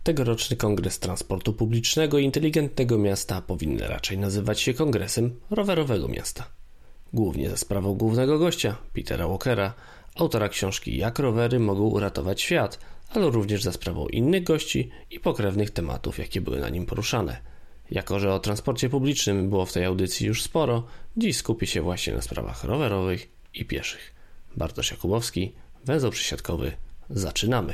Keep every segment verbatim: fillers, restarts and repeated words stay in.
Tegoroczny Kongres Transportu Publicznego i Inteligentnego Miasta powinien raczej nazywać się Kongresem Rowerowego Miasta. Głównie za sprawą głównego gościa, Petera Walkera, autora książki Jak rowery mogą uratować świat, ale również za sprawą innych gości i pokrewnych tematów, jakie były na nim poruszane. Jako że o transporcie publicznym było w tej audycji już sporo, dziś skupię się właśnie na sprawach rowerowych i pieszych. Bartosz Jakubowski, Węzeł Przesiadkowy. Zaczynamy!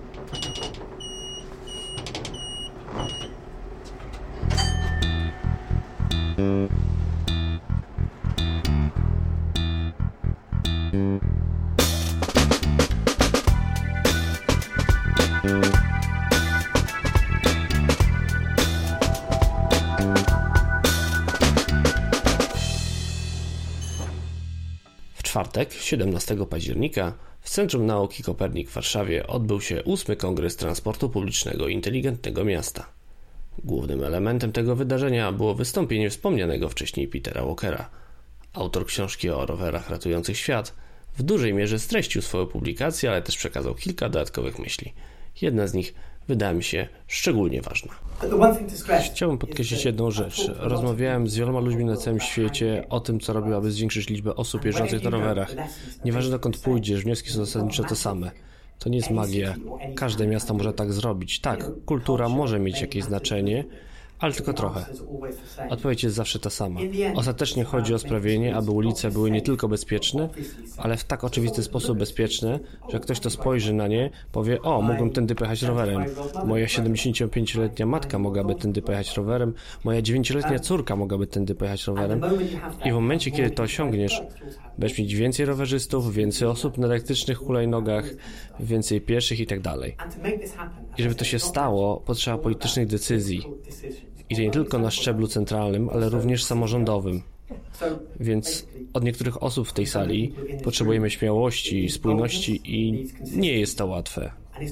W czwartek, siedemnastego października, w Centrum Nauki Kopernik w Warszawie odbył się ósmy Kongres Transportu Publicznego i Inteligentnego Miasta. Głównym elementem tego wydarzenia było wystąpienie wspomnianego wcześniej Petera Walkera. Autor książki o rowerach ratujących świat w dużej mierze streścił swoją publikację, ale też przekazał kilka dodatkowych myśli. Jedna z nich wydała mi się szczególnie ważna. Chciałbym podkreślić jedną rzecz. Rozmawiałem z wieloma ludźmi na całym świecie o tym, co robił, aby zwiększyć liczbę osób jeżdżących na rowerach. Nieważne dokąd pójdziesz, wnioski są zasadniczo te same. To nie jest magia. Każde miasto może tak zrobić. Tak, kultura może mieć jakieś znaczenie, ale tylko trochę. Odpowiedź jest zawsze ta sama. Ostatecznie chodzi o sprawienie, aby ulice były nie tylko bezpieczne, ale w tak oczywisty sposób bezpieczne, że ktoś, kto spojrzy na nie, powie: o, mógłbym tędy pojechać rowerem. Moja siedemdziesięciopięcioletnia matka mogłaby tędy pojechać rowerem, moja dziewięcioletnia córka mogłaby tędy pojechać rowerem. I w momencie, kiedy to osiągniesz, będziesz mieć więcej rowerzystów, więcej osób na elektrycznych hulajnogach, więcej pieszych i tak dalej. I żeby to się stało, potrzeba politycznych decyzji. I to nie tylko na szczeblu centralnym, ale również samorządowym. Więc od niektórych osób w tej sali potrzebujemy śmiałości, spójności i nie jest to łatwe.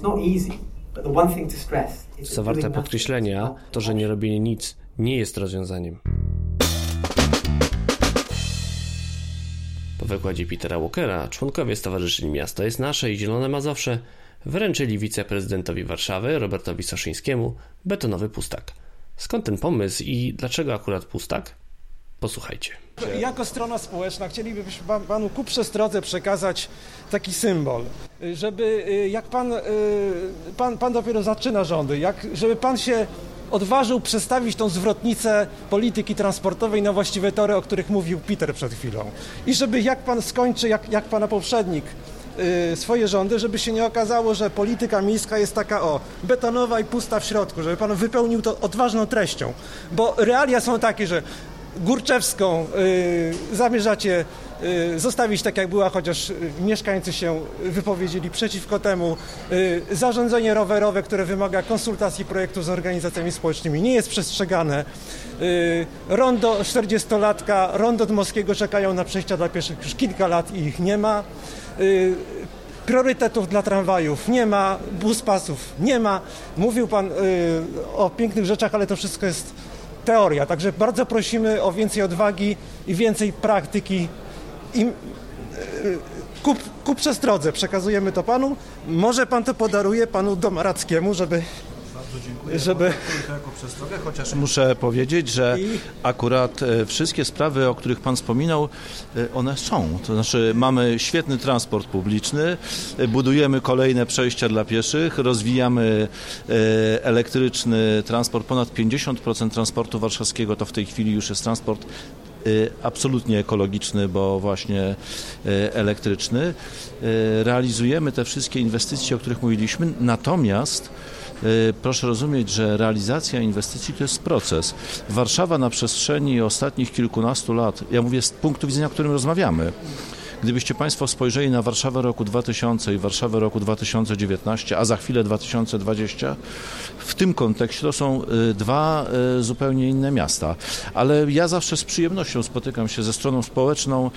Co warte podkreślenia, to, że nie robienie nic nie jest rozwiązaniem. Po wykładzie Petera Walkera członkowie Stowarzyszeń Miasto jest Nasze i Zielone Mazowsze wręczyli wiceprezydentowi Warszawy, Robertowi Soszyńskiemu, betonowy pustak. Skąd ten pomysł i dlaczego akurat pustak? Posłuchajcie. Jako strona społeczna chcielibyśmy panu ku przestrodze przekazać taki symbol, żeby jak pan, pan, pan dopiero zaczyna rządy, jak, żeby pan się odważył przestawić tą zwrotnicę polityki transportowej na właściwe tory, o których mówił Peter przed chwilą. I żeby jak pan skończy, jak, jak pana poprzednik, swoje rządy, żeby się nie okazało, że polityka miejska jest taka o, betonowa i pusta w środku, żeby pan wypełnił to odważną treścią, bo realia są takie, że Górczewską y, zamierzacie y, zostawić tak jak była, chociaż y, mieszkańcy się wypowiedzieli przeciwko temu. Y, zarządzenie rowerowe, które wymaga konsultacji projektu z organizacjami społecznymi, nie jest przestrzegane. Y, rondo czterdziestolatka, rondo Dmowskiego czekają na przejścia dla pieszych już kilka lat i ich nie ma. Y, priorytetów dla tramwajów nie ma, buspasów nie ma. Mówił pan y, o pięknych rzeczach, ale to wszystko jest teoria, także bardzo prosimy o więcej odwagi i więcej praktyki. I, y, ku, ku przestrodze przekazujemy to panu. Może pan to podaruje panu Domarackiemu, żeby... Bardzo dziękuję. Żeby... Jako przestrogę, chociaż muszę powiedzieć, że akurat wszystkie sprawy, o których pan wspominał, one są. To znaczy mamy świetny transport publiczny, budujemy kolejne przejścia dla pieszych, rozwijamy elektryczny transport. Ponad pięćdziesiąt procent transportu warszawskiego to w tej chwili już jest transport absolutnie ekologiczny, bo właśnie elektryczny. Realizujemy te wszystkie inwestycje, o których mówiliśmy, natomiast proszę rozumieć, że realizacja inwestycji to jest proces. Warszawa na przestrzeni ostatnich kilkunastu lat, ja mówię z punktu widzenia, o którym rozmawiamy, gdybyście państwo spojrzeli na Warszawę roku dwa tysiące i Warszawę roku dwa tysiące dziewiętnaście, a za chwilę dwa tysiące dwadzieścia, w tym kontekście to są dwa zupełnie inne miasta. Ale ja zawsze z przyjemnością spotykam się ze stroną społeczną.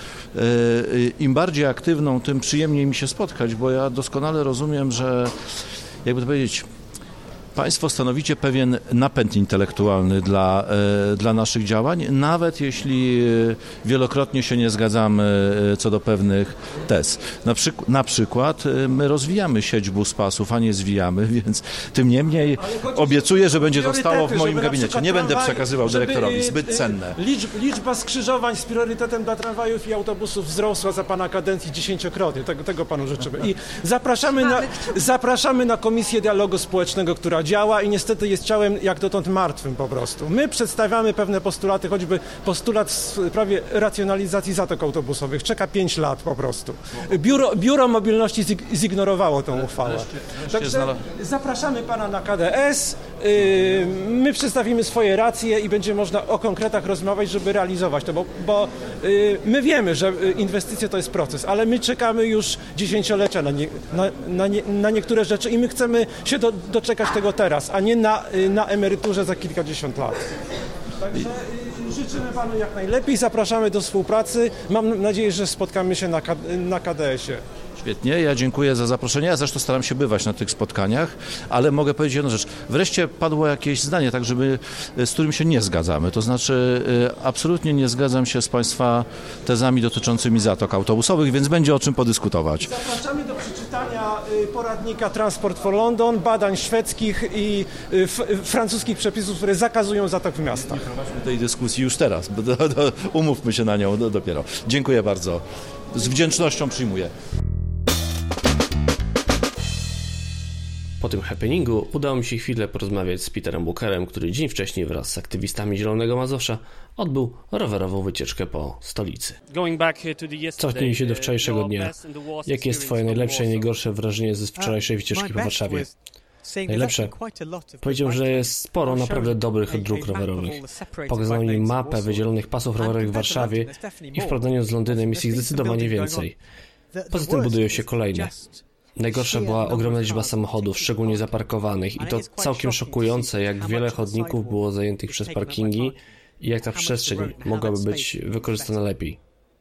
Im bardziej aktywną, tym przyjemniej mi się spotkać, bo ja doskonale rozumiem, że jakby to powiedzieć, Państwo stanowicie pewien napęd intelektualny dla, dla naszych działań, nawet jeśli wielokrotnie się nie zgadzamy co do pewnych tez. Na, przyk- na przykład my rozwijamy sieć buspasów, a nie zwijamy, więc tym niemniej obiecuję, że będzie to stało w moim gabinecie. Nie będę przekazywał dyrektorowi, zbyt cenne. Liczb, liczba skrzyżowań z priorytetem dla tramwajów i autobusów wzrosła za pana kadencji dziesięciokrotnie. Tego, tego panu życzymy. I zapraszamy na, zapraszamy na Komisję Dialogu Społecznego, która działa i niestety jest ciałem jak dotąd martwym po prostu. My przedstawiamy pewne postulaty, choćby postulat w sprawie racjonalizacji zatok autobusowych. Czeka pięć lat po prostu. Biuro, Biuro Mobilności zignorowało tą uchwałę. Także zapraszamy pana na K D S. My przedstawimy swoje racje i będzie można o konkretach rozmawiać, żeby realizować to, bo, bo my wiemy, że inwestycje to jest proces, ale my czekamy już dziesięciolecia na, nie, na, na, nie, na niektóre rzeczy i my chcemy się do, doczekać tego teraz, a nie na, na emeryturze za kilkadziesiąt lat. Także życzymy panu jak najlepiej, zapraszamy do współpracy. Mam nadzieję, że spotkamy się na, na K D S-ie. Świetnie, ja dziękuję za zaproszenie. Ja zresztą staram się bywać na tych spotkaniach, ale mogę powiedzieć jedną rzecz. Wreszcie padło jakieś zdanie, tak żeby, z którym się nie zgadzamy. To znaczy absolutnie nie zgadzam się z Państwa tezami dotyczącymi zatok autobusowych, więc będzie o czym podyskutować. Zapraszamy do przeczytania poradnika Transport for London, badań szwedzkich i francuskich przepisów, które zakazują zatok w miastach. Nie prowadźmy tej dyskusji już teraz, bo do, do, umówmy się na nią do, dopiero. Dziękuję bardzo. Z wdzięcznością przyjmuję. Po tym happeningu udało mi się chwilę porozmawiać z Peterem Bookerem, który dzień wcześniej wraz z aktywistami Zielonego Mazowsza odbył rowerową wycieczkę po stolicy. Cofnij się do wczorajszego dnia. Jakie jest twoje najlepsze i najgorsze wrażenie ze wczorajszej wycieczki po Warszawie? Najlepsze. Powiedział, że jest sporo naprawdę dobrych dróg rowerowych. Pokazał mi mapę wydzielonych pasów rowerowych w Warszawie i w porównaniu z Londynem jest ich zdecydowanie więcej. Poza tym budują się kolejne. Najgorsza była ogromna liczba samochodów, szczególnie zaparkowanych, i to całkiem szokujące, jak wiele chodników było zajętych przez parkingi i jak ta przestrzeń mogłaby być wykorzystana lepiej.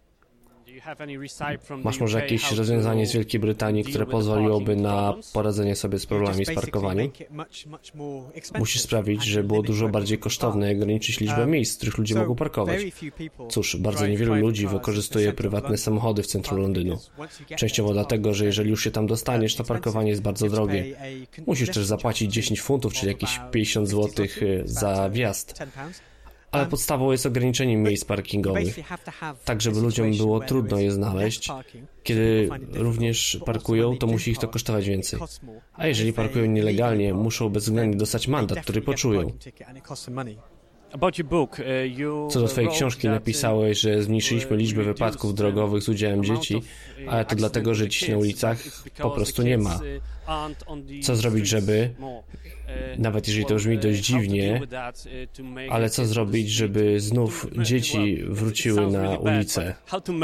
Masz może jakieś rozwiązanie z Wielkiej Brytanii, które pozwoliłoby na poradzenie sobie z problemami z parkowaniem? Musisz sprawić, że było dużo bardziej kosztowne i ograniczyć liczbę miejsc, w których ludzie mogą parkować. Cóż, bardzo niewielu ludzi wykorzystuje prywatne samochody w centrum Londynu. Częściowo dlatego, że jeżeli już się tam dostaniesz, to parkowanie jest bardzo drogie. Musisz też zapłacić dziesięć funtów, czyli jakieś pięćdziesiąt złotych za wjazd. Ale podstawą jest ograniczenie miejsc parkingowych, tak żeby ludziom było trudno je znaleźć. Kiedy również parkują, to musi ich to kosztować więcej. A jeżeli parkują nielegalnie, muszą bezwzględnie dostać mandat, który poczują. Co do twojej książki, napisałeś, że zmniejszyliśmy liczbę wypadków drogowych z udziałem dzieci, ale to dlatego, że dziś na ulicach po prostu nie ma. Co zrobić, żeby, nawet jeżeli to brzmi dość dziwnie, ale co zrobić, żeby znów dzieci wróciły na ulicę?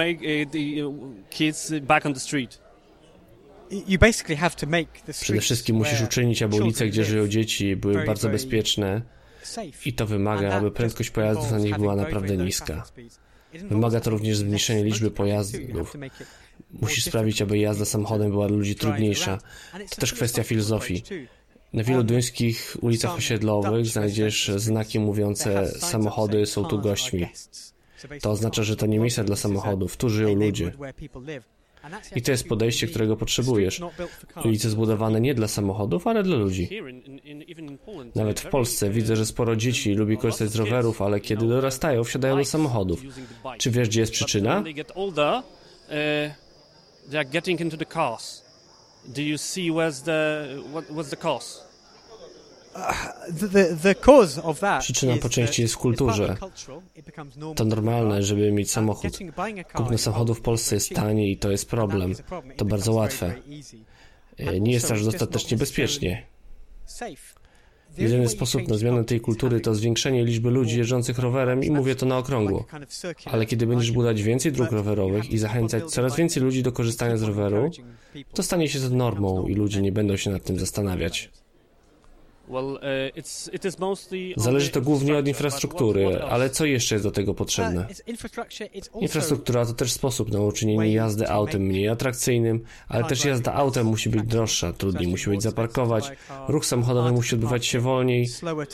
Przede wszystkim musisz uczynić, aby ulice, gdzie żyją dzieci, były bardzo bezpieczne i to wymaga, aby prędkość pojazdów na nich była naprawdę niska. Wymaga to również zmniejszenia liczby pojazdów. Musisz sprawić, aby jazda samochodem była dla ludzi trudniejsza. To też kwestia filozofii. Na wielu duńskich ulicach osiedlowych znajdziesz znaki mówiące: samochody są tu gośćmi. To oznacza, że to nie miejsca dla samochodów, tu żyją ludzie. I to jest podejście, którego potrzebujesz. Ulice zbudowane nie dla samochodów, ale dla ludzi. Nawet w Polsce widzę, że sporo dzieci lubi korzystać z rowerów, ale kiedy dorastają, wsiadają do samochodów. Czy wiesz, gdzie jest przyczyna? Przyczyna po części jest w kulturze. To normalne, żeby mieć samochód. Kupno samochodu w Polsce jest tanie i to jest problem. To bardzo łatwe. Nie jest też dostatecznie bezpiecznie. Jedyny sposób na zmianę tej kultury to zwiększenie liczby ludzi jeżdżących rowerem i mówię to na okrągło. Ale kiedy będziesz budować więcej dróg rowerowych i zachęcać coraz więcej ludzi do korzystania z roweru, to stanie się to normą i ludzie nie będą się nad tym zastanawiać. Zależy to głównie od infrastruktury, ale co jeszcze jest do tego potrzebne? Infrastruktura to też sposób na uczynienie jazdy autem mniej atrakcyjnym, ale też jazda autem musi być droższa, trudniej musi być zaparkować, ruch samochodowy musi odbywać się wolniej.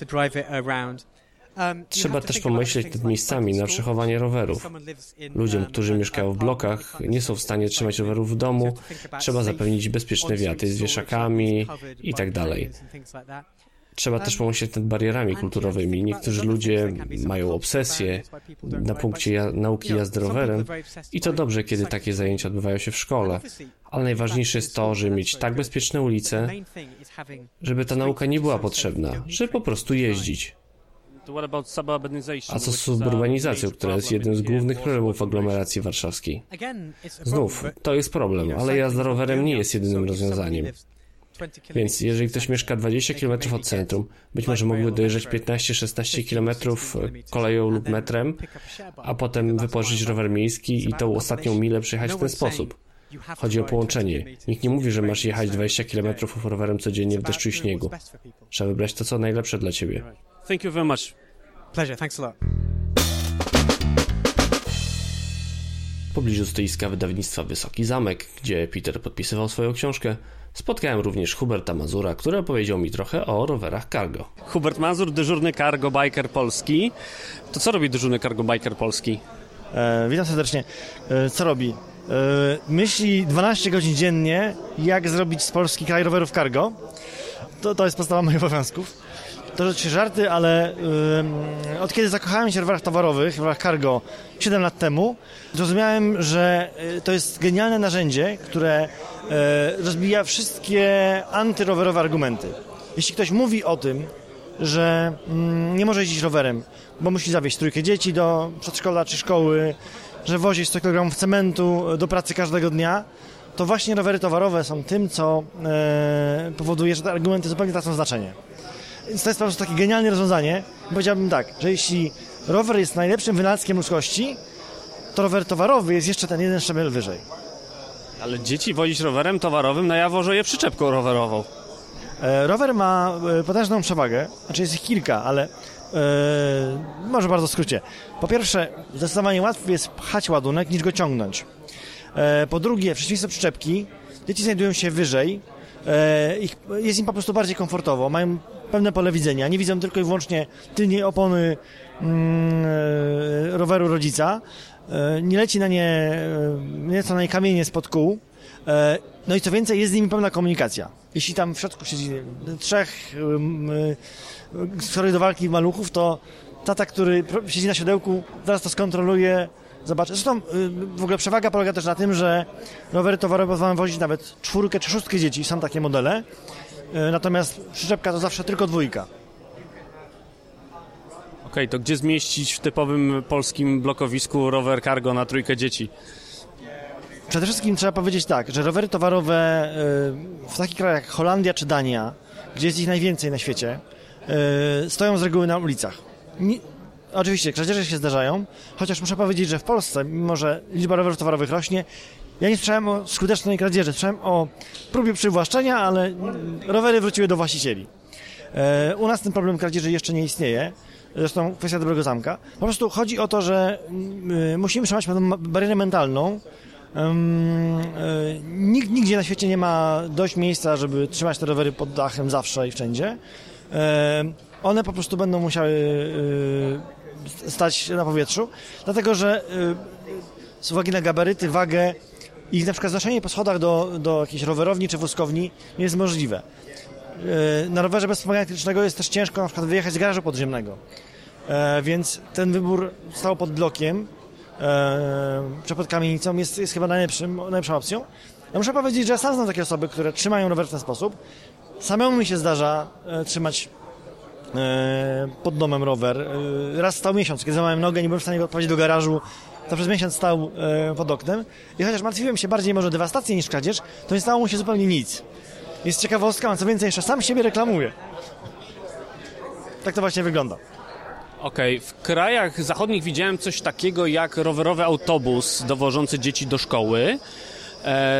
Trzeba też pomyśleć nad miejscami na przechowanie rowerów. Ludziom, którzy mieszkają w blokach, nie są w stanie trzymać rowerów w domu, trzeba zapewnić bezpieczne wjazdy z wieszakami i tak dalej. Trzeba też pomyśleć nad barierami kulturowymi. Niektórzy ludzie mają obsesję na punkcie ja- nauki jazdy rowerem i to dobrze, kiedy takie zajęcia odbywają się w szkole. Ale najważniejsze jest to, żeby mieć tak bezpieczne ulice, żeby ta nauka nie była potrzebna, żeby po prostu jeździć. A co z suburbanizacją, która jest jednym z głównych problemów aglomeracji warszawskiej? Znów, to jest problem, ale jazda rowerem nie jest jedynym rozwiązaniem. Więc jeżeli ktoś mieszka dwadzieścia kilometrów od centrum, być może mógłby dojeżdżać piętnaście szesnaście kilometrów koleją lub metrem, a potem wypożyczyć rower miejski i tą ostatnią milę przejechać w ten sposób. Chodzi o połączenie. Nikt nie mówi, że masz jechać dwadzieścia kilometrów rowerem codziennie w deszczu i śniegu. Trzeba wybrać to, co najlepsze dla ciebie. Thank you very much. Pleasure, thanks a lot. W pobliżu stoiska wydawnictwa Wysoki Zamek, gdzie Peter podpisywał swoją książkę, spotkałem również Huberta Mazura, który opowiedział mi trochę o rowerach cargo. Hubert Mazur, dyżurny cargo biker polski. To co robi dyżurny cargo biker polski? E, witam serdecznie. E, co robi? E, myśli dwanaście godzin dziennie, jak zrobić z Polski kraj rowerów cargo. To, to jest podstawa moich obowiązków. To rzeczywiście żarty, ale yy, od kiedy zakochałem się w rowerach towarowych, w rowerach cargo siedem lat temu, zrozumiałem, że y, to jest genialne narzędzie, które y, rozbija wszystkie antyrowerowe argumenty. Jeśli ktoś mówi o tym, że mm, nie może jeździć rowerem, bo musi zawieźć trójkę dzieci do przedszkola czy szkoły, że wozi sto kilogramów cementu do pracy każdego dnia, to właśnie rowery towarowe są tym, co y, powoduje, że te argumenty zupełnie tracą znaczenie. Więc to jest po prostu takie genialne rozwiązanie. Powiedziałbym tak, że jeśli rower jest najlepszym wynalazkiem ludzkości, to rower towarowy jest jeszcze ten jeden szczebel wyżej. Ale dzieci wozić rowerem towarowym, no ja wożę je przyczepką rowerową. E, rower ma e, potężną przewagę, znaczy jest ich kilka, ale e, może bardzo w skrócie. Po pierwsze, zdecydowanie łatwiej jest pchać ładunek niż go ciągnąć. E, po drugie, w przeciwieństwie do przyczepki, dzieci znajdują się wyżej, e, ich, jest im po prostu bardziej komfortowo, mają pewne pole widzenia, nie widzą tylko i wyłącznie tylnej opony mm, roweru rodzica, e, nie leci na nie, e, nie lecą na nie kamienie spod kół, e, no i co więcej, jest z nimi pełna komunikacja. Jeśli tam w środku siedzi trzech e, schorych do walki maluchów, to tata, który siedzi na siodełku, zaraz to skontroluje, zobaczy. Zresztą e, w ogóle przewaga polega też na tym, że rowery towarowe pozwalają wozić nawet czwórkę czy szóstkę dzieci, są takie modele. Natomiast przyczepka to zawsze tylko dwójka. Okej, okay, to gdzie zmieścić w typowym polskim blokowisku rower cargo na trójkę dzieci? Przede wszystkim trzeba powiedzieć tak, że rowery towarowe w takich krajach jak Holandia czy Dania, gdzie jest ich najwięcej na świecie, stoją z reguły na ulicach. Nie, oczywiście kradzieże się zdarzają, chociaż muszę powiedzieć, że w Polsce, mimo że liczba rowerów towarowych rośnie, ja nie słyszałem o skutecznej kradzieży, słyszałem o próbie przywłaszczenia, ale rowery wróciły do właścicieli. E, u nas ten problem kradzieży jeszcze nie istnieje, zresztą kwestia Dobrego Zamka. Po prostu chodzi o to, że y, musimy trzymać pewną barierę mentalną. Um, y, nikt, nigdzie na świecie nie ma dość miejsca, żeby trzymać te rowery pod dachem zawsze i wszędzie. E, one po prostu będą musiały y, stać na powietrzu, dlatego że y, z uwagi na gabaryty, wagę, ich na przykład znoszenie po schodach do, do jakiejś rowerowni czy wózkowni nie jest możliwe. Na rowerze bez wspomagania elektrycznego jest też ciężko na przykład wyjechać z garażu podziemnego. Więc ten wybór stał pod blokiem, czy pod kamienicą jest, jest chyba najlepszym, najlepszą opcją. Ja muszę powiedzieć, że ja sam znam takie osoby, które trzymają rower w ten sposób. Samemu mi się zdarza trzymać pod domem rower. Raz stał miesiąc, kiedy złamałem nogę, nie byłem w stanie go odprowadzić do garażu, to przez miesiąc stał e, pod oknem i chociaż martwiłem się bardziej może dewastację niż kradzież, to nie stało mu się zupełnie nic. Jest ciekawostka, a co więcej jeszcze sam siebie reklamuje. Tak to właśnie wygląda. Okej, okay. W krajach zachodnich widziałem coś takiego jak rowerowy autobus dowożący dzieci do szkoły. E,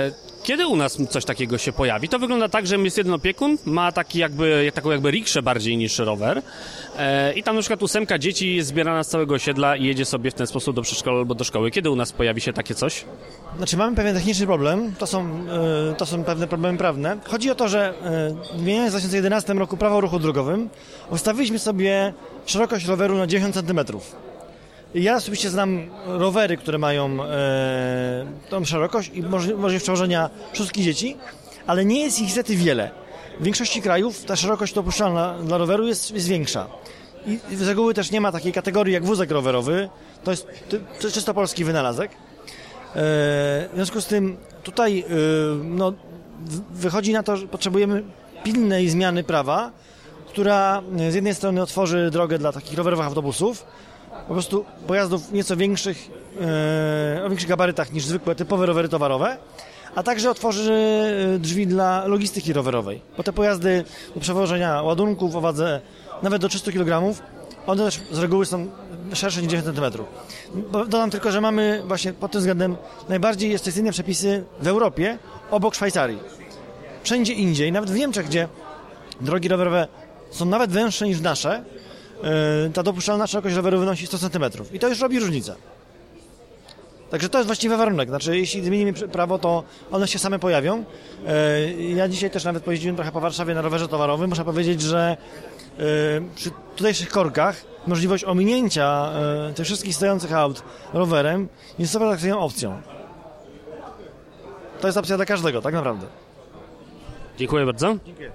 Kiedy u nas coś takiego się pojawi? To wygląda tak, że jest jeden opiekun, ma taki jakby, taką jakby rikszę bardziej niż rower e, i tam na przykład ósemka dzieci jest zbierana z całego osiedla i jedzie sobie w ten sposób do przedszkola albo do szkoły. Kiedy u nas pojawi się takie coś? Znaczy mamy pewien techniczny problem, to są, e, to są pewne problemy prawne. Chodzi o to, że e, zmieniając w dwa tysiące jedenastym roku prawo o ruchu drogowym, ustawiliśmy sobie szerokość roweru na dziewięćdziesiąt centymetrów. Ja osobiście znam rowery, które mają e, tą szerokość i możliwość przewożenia szóstki dzieci, ale nie jest ich niestety wiele. W większości krajów ta szerokość dopuszczalna dla roweru jest, jest większa. I z reguły też nie ma takiej kategorii jak wózek rowerowy, to jest, to jest czysto polski wynalazek. E, w związku z tym tutaj e, no, wychodzi na to, że potrzebujemy pilnej zmiany prawa, która z jednej strony otworzy drogę dla takich rowerowych autobusów, po prostu pojazdów nieco większych, e, o większych gabarytach niż zwykłe typowe rowery towarowe, a także otworzy drzwi dla logistyki rowerowej, bo te pojazdy do przewożenia ładunków o wadze nawet do trzysta kilogramów, one też z reguły są szersze niż dziewięćdziesiąt centymetrów. Dodam tylko, że mamy właśnie pod tym względem najbardziej restrykcyjne przepisy w Europie obok Szwajcarii. Wszędzie indziej, nawet w Niemczech, gdzie drogi rowerowe są nawet węższe niż nasze, ta dopuszczalna szerokość roweru wynosi sto centymetrów i to już robi różnicę. Także to jest właściwy warunek. Znaczy, jeśli zmienimy prawo, to one się same pojawią. Ja dzisiaj też nawet pojeździłem trochę po Warszawie na rowerze towarowym. Muszę powiedzieć, że przy tutejszych korkach możliwość ominięcia tych wszystkich stojących aut rowerem jest sobie taką opcją. To jest opcja dla każdego, tak naprawdę. Dziękuję bardzo. Dziękuję.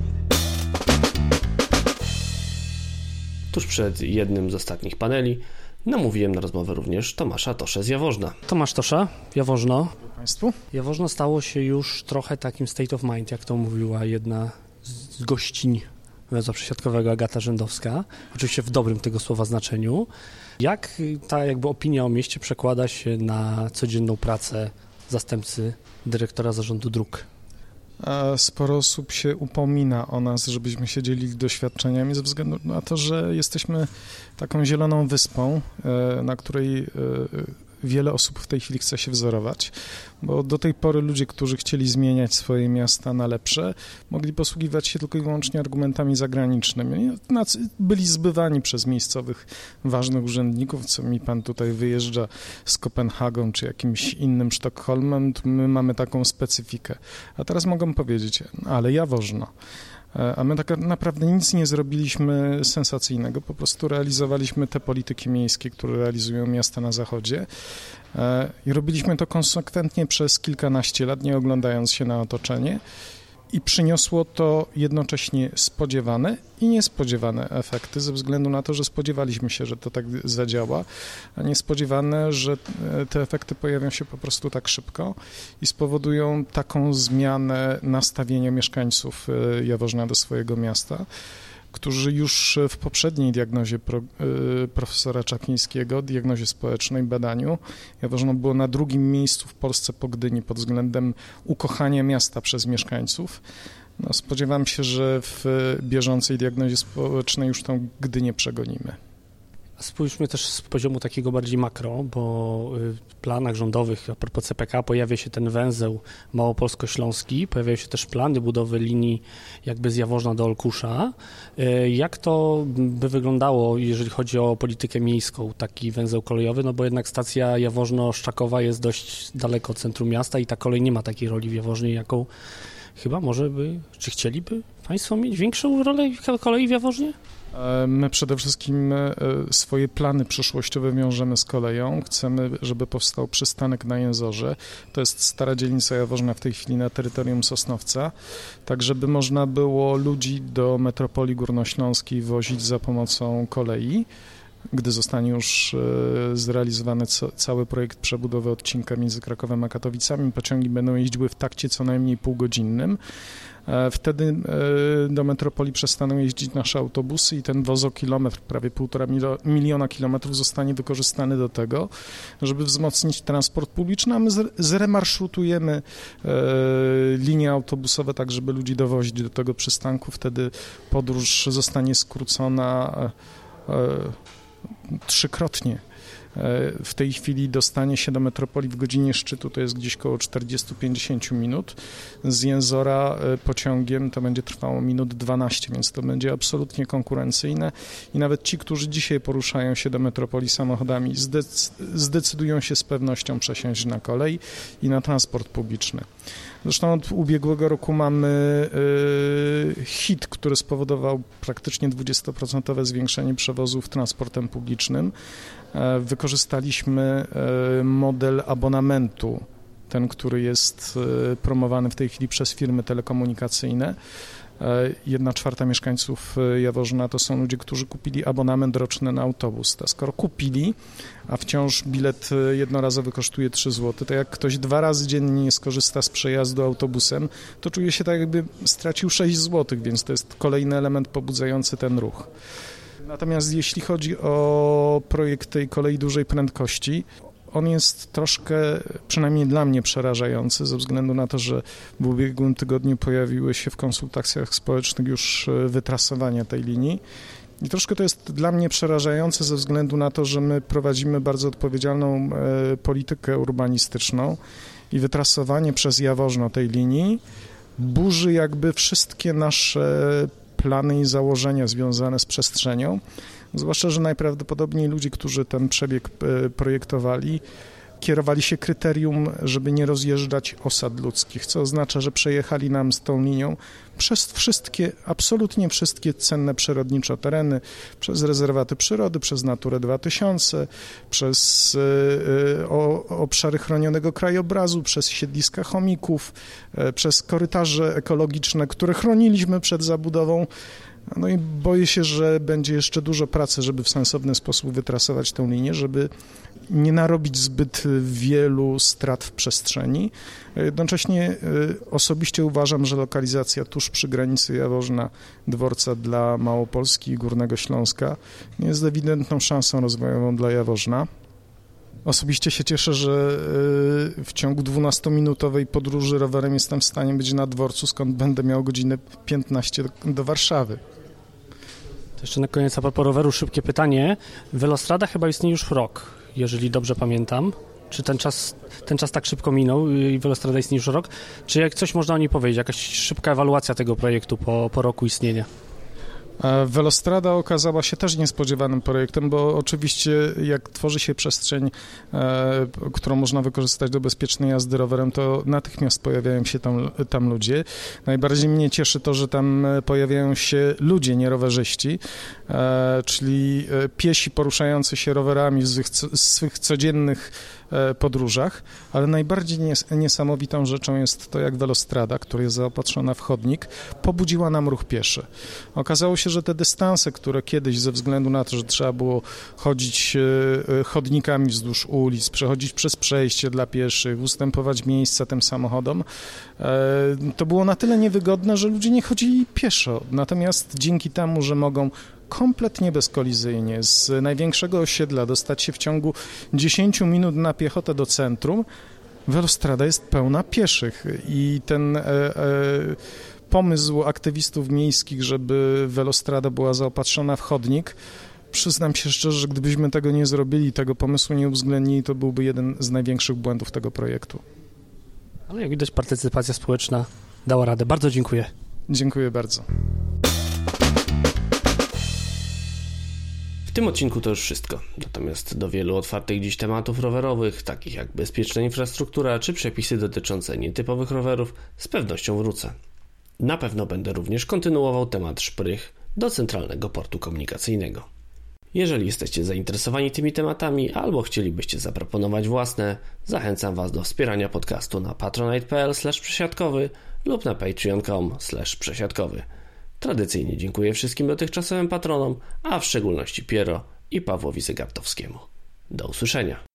Tuż przed jednym z ostatnich paneli namówiłem na rozmowę również Tomasza Toszę z Jaworzna. Tomasz Tosza, Jaworzno. Państwu? Jaworzno stało się już trochę takim state of mind, jak to mówiła jedna z gościń węzła przesiadkowego, Agata Rzędowska. Oczywiście w dobrym tego słowa znaczeniu. Jak ta jakby opinia o mieście przekłada się na codzienną pracę zastępcy dyrektora zarządu dróg? Sporo osób się upomina o nas, żebyśmy się dzielili doświadczeniami ze względu na to, że jesteśmy taką zieloną wyspą, na której wiele osób w tej chwili chce się wzorować, bo do tej pory ludzie, którzy chcieli zmieniać swoje miasta na lepsze, mogli posługiwać się tylko i wyłącznie argumentami zagranicznymi. Byli zbywani przez miejscowych ważnych urzędników, co mi pan tutaj wyjeżdża z Kopenhagą czy jakimś innym Sztokholmem, to my mamy taką specyfikę. A teraz mogę powiedzieć, ale Jaworzno. A my tak naprawdę nic nie zrobiliśmy sensacyjnego, po prostu realizowaliśmy te polityki miejskie, które realizują miasta na zachodzie i robiliśmy to konsekwentnie przez kilkanaście lat, nie oglądając się na otoczenie i przyniosło to jednocześnie spodziewane i niespodziewane efekty ze względu na to, że spodziewaliśmy się, że to tak zadziała, a niespodziewane, że te efekty pojawią się po prostu tak szybko i spowodują taką zmianę nastawienia mieszkańców Jaworzna do swojego miasta, którzy już w poprzedniej diagnozie pro, y, profesora Czaplińskiego, diagnozie społecznej, badaniu, Jaworzno było na drugim miejscu w Polsce po Gdyni pod względem ukochania miasta przez mieszkańców. No, spodziewam się, że w bieżącej diagnozie społecznej już tą Gdynię przegonimy. Spójrzmy też z poziomu takiego bardziej makro, bo w planach rządowych a propos C P K pojawia się ten węzeł małopolsko-śląski, pojawiają się też plany budowy linii jakby z Jaworzna do Olkusza. Jak to by wyglądało, jeżeli chodzi o politykę miejską, taki węzeł kolejowy, no bo jednak stacja Jaworzno-Szczakowa jest dość daleko od centrum miasta i ta kolej nie ma takiej roli w Jaworznie, jaką chyba może by, czy chcieliby Państwo mieć większą rolę kolei w Jaworznie? My przede wszystkim swoje plany przyszłościowe wiążemy z koleją. Chcemy, żeby powstał przystanek na Jęzorze. To jest stara dzielnica Jaworzna w tej chwili na terytorium Sosnowca, tak żeby można było ludzi do metropolii górnośląskiej wozić za pomocą kolei. Gdy zostanie już zrealizowany cały projekt przebudowy odcinka między Krakowem a Katowicami, pociągi będą jeździły w takcie co najmniej półgodzinnym. Wtedy do metropolii przestaną jeździć nasze autobusy i ten wozokilometr, prawie półtora miliona kilometrów zostanie wykorzystany do tego, żeby wzmocnić transport publiczny, a my zremarszrutujemy linie autobusowe tak, żeby ludzi dowozić do tego przystanku. Wtedy podróż zostanie skrócona trzykrotnie. W tej chwili dostanie się do metropolii w godzinie szczytu to jest gdzieś koło czterdzieści do pięćdziesięciu minut. Z Jęzora pociągiem to będzie trwało minut dwanaście, więc to będzie absolutnie konkurencyjne i nawet ci, którzy dzisiaj poruszają się do metropolii samochodami, zdec- zdecydują się z pewnością przesiąść na kolej i na transport publiczny. Zresztą od ubiegłego roku mamy y, hit, który spowodował praktycznie dwudziestoprocentowe zwiększenie przewozów transportem publicznym. E, wykorzystaliśmy e, model abonamentu, ten, który jest e, promowany w tej chwili przez firmy telekomunikacyjne. Jedna czwarta mieszkańców Jaworzna to są ludzie, którzy kupili abonament roczny na autobus. To skoro kupili, a wciąż bilet jednorazowy kosztuje trzy złote, to jak ktoś dwa razy dziennie nie skorzysta z przejazdu autobusem, to czuje się tak, jakby stracił sześć złotych, więc to jest kolejny element pobudzający ten ruch. Natomiast jeśli chodzi o projekt tej kolei dużej prędkości, on jest troszkę, przynajmniej dla mnie, przerażający ze względu na to, że w ubiegłym tygodniu pojawiły się w konsultacjach społecznych już wytrasowania tej linii i troszkę to jest dla mnie przerażające ze względu na to, że my prowadzimy bardzo odpowiedzialną e, politykę urbanistyczną i wytrasowanie przez Jaworzno tej linii burzy jakby wszystkie nasze plany i założenia związane z przestrzenią. Zwłaszcza, że najprawdopodobniej ludzie, którzy ten przebieg projektowali, kierowali się kryterium, żeby nie rozjeżdżać osad ludzkich, co oznacza, że przejechali nam z tą linią przez wszystkie, absolutnie wszystkie cenne przyrodniczo tereny, przez rezerwaty przyrody, przez Naturę dwa tysiące, przez y, o, obszary chronionego krajobrazu, przez siedliska chomików, y, przez korytarze ekologiczne, które chroniliśmy przed zabudową. No i boję się, że będzie jeszcze dużo pracy, żeby w sensowny sposób wytrasować tę linię, żeby nie narobić zbyt wielu strat w przestrzeni. Jednocześnie osobiście uważam, że lokalizacja tuż przy granicy Jaworzna, dworca dla Małopolski i Górnego Śląska jest ewidentną szansą rozwojową dla Jaworzna. Osobiście się cieszę, że w ciągu dwunastominutowej podróży rowerem jestem w stanie być na dworcu, skąd będę miał godzinę piętnaście do, do Warszawy. To jeszcze na koniec a propos roweru szybkie pytanie. Velostrada chyba istnieje już rok, jeżeli dobrze pamiętam. Czy ten czas, ten czas tak szybko minął i Velostrada istnieje już rok? Czy jak coś można o niej powiedzieć? Jakaś szybka ewaluacja tego projektu po, po roku istnienia? Velostrada okazała się też niespodziewanym projektem, bo oczywiście jak tworzy się przestrzeń, e, którą można wykorzystać do bezpiecznej jazdy rowerem, to natychmiast pojawiają się tam, tam ludzie. Najbardziej mnie cieszy to, że tam pojawiają się ludzie, nie rowerzyści, e, czyli piesi poruszający się rowerami w swych, swych codziennych e, podróżach, ale najbardziej nies niesamowitą rzeczą jest to, jak Velostrada, która jest zaopatrzona w chodnik, pobudziła nam ruch pieszy. Okazało się, że te dystanse, które kiedyś ze względu na to, że trzeba było chodzić chodnikami wzdłuż ulic, przechodzić przez przejście dla pieszych, ustępować miejsca tym samochodom, to było na tyle niewygodne, że ludzie nie chodzili pieszo. Natomiast dzięki temu, że mogą kompletnie bezkolizyjnie z największego osiedla dostać się w ciągu dziesięciu minut na piechotę do centrum, Velostrada jest pełna pieszych i ten e, e, pomysł aktywistów miejskich, żeby Velostrada była zaopatrzona w chodnik, przyznam się szczerze, że gdybyśmy tego nie zrobili, tego pomysłu nie uwzględnili, to byłby jeden z największych błędów tego projektu. Ale jak widać, partycypacja społeczna dała radę. Bardzo dziękuję. Dziękuję bardzo. W tym odcinku to już wszystko, natomiast do wielu otwartych dziś tematów rowerowych, takich jak bezpieczna infrastruktura czy przepisy dotyczące nietypowych rowerów, z pewnością wrócę. Na pewno będę również kontynuował temat szprych do Centralnego Portu Komunikacyjnego. Jeżeli jesteście zainteresowani tymi tematami albo chcielibyście zaproponować własne, zachęcam Was do wspierania podcastu na patronite kropka pl slash przesiadkowy lub na patreon kropka com slash przesiadkowy. Tradycyjnie dziękuję wszystkim dotychczasowym patronom, a w szczególności Piero i Pawłowi Zegartowskiemu. Do usłyszenia.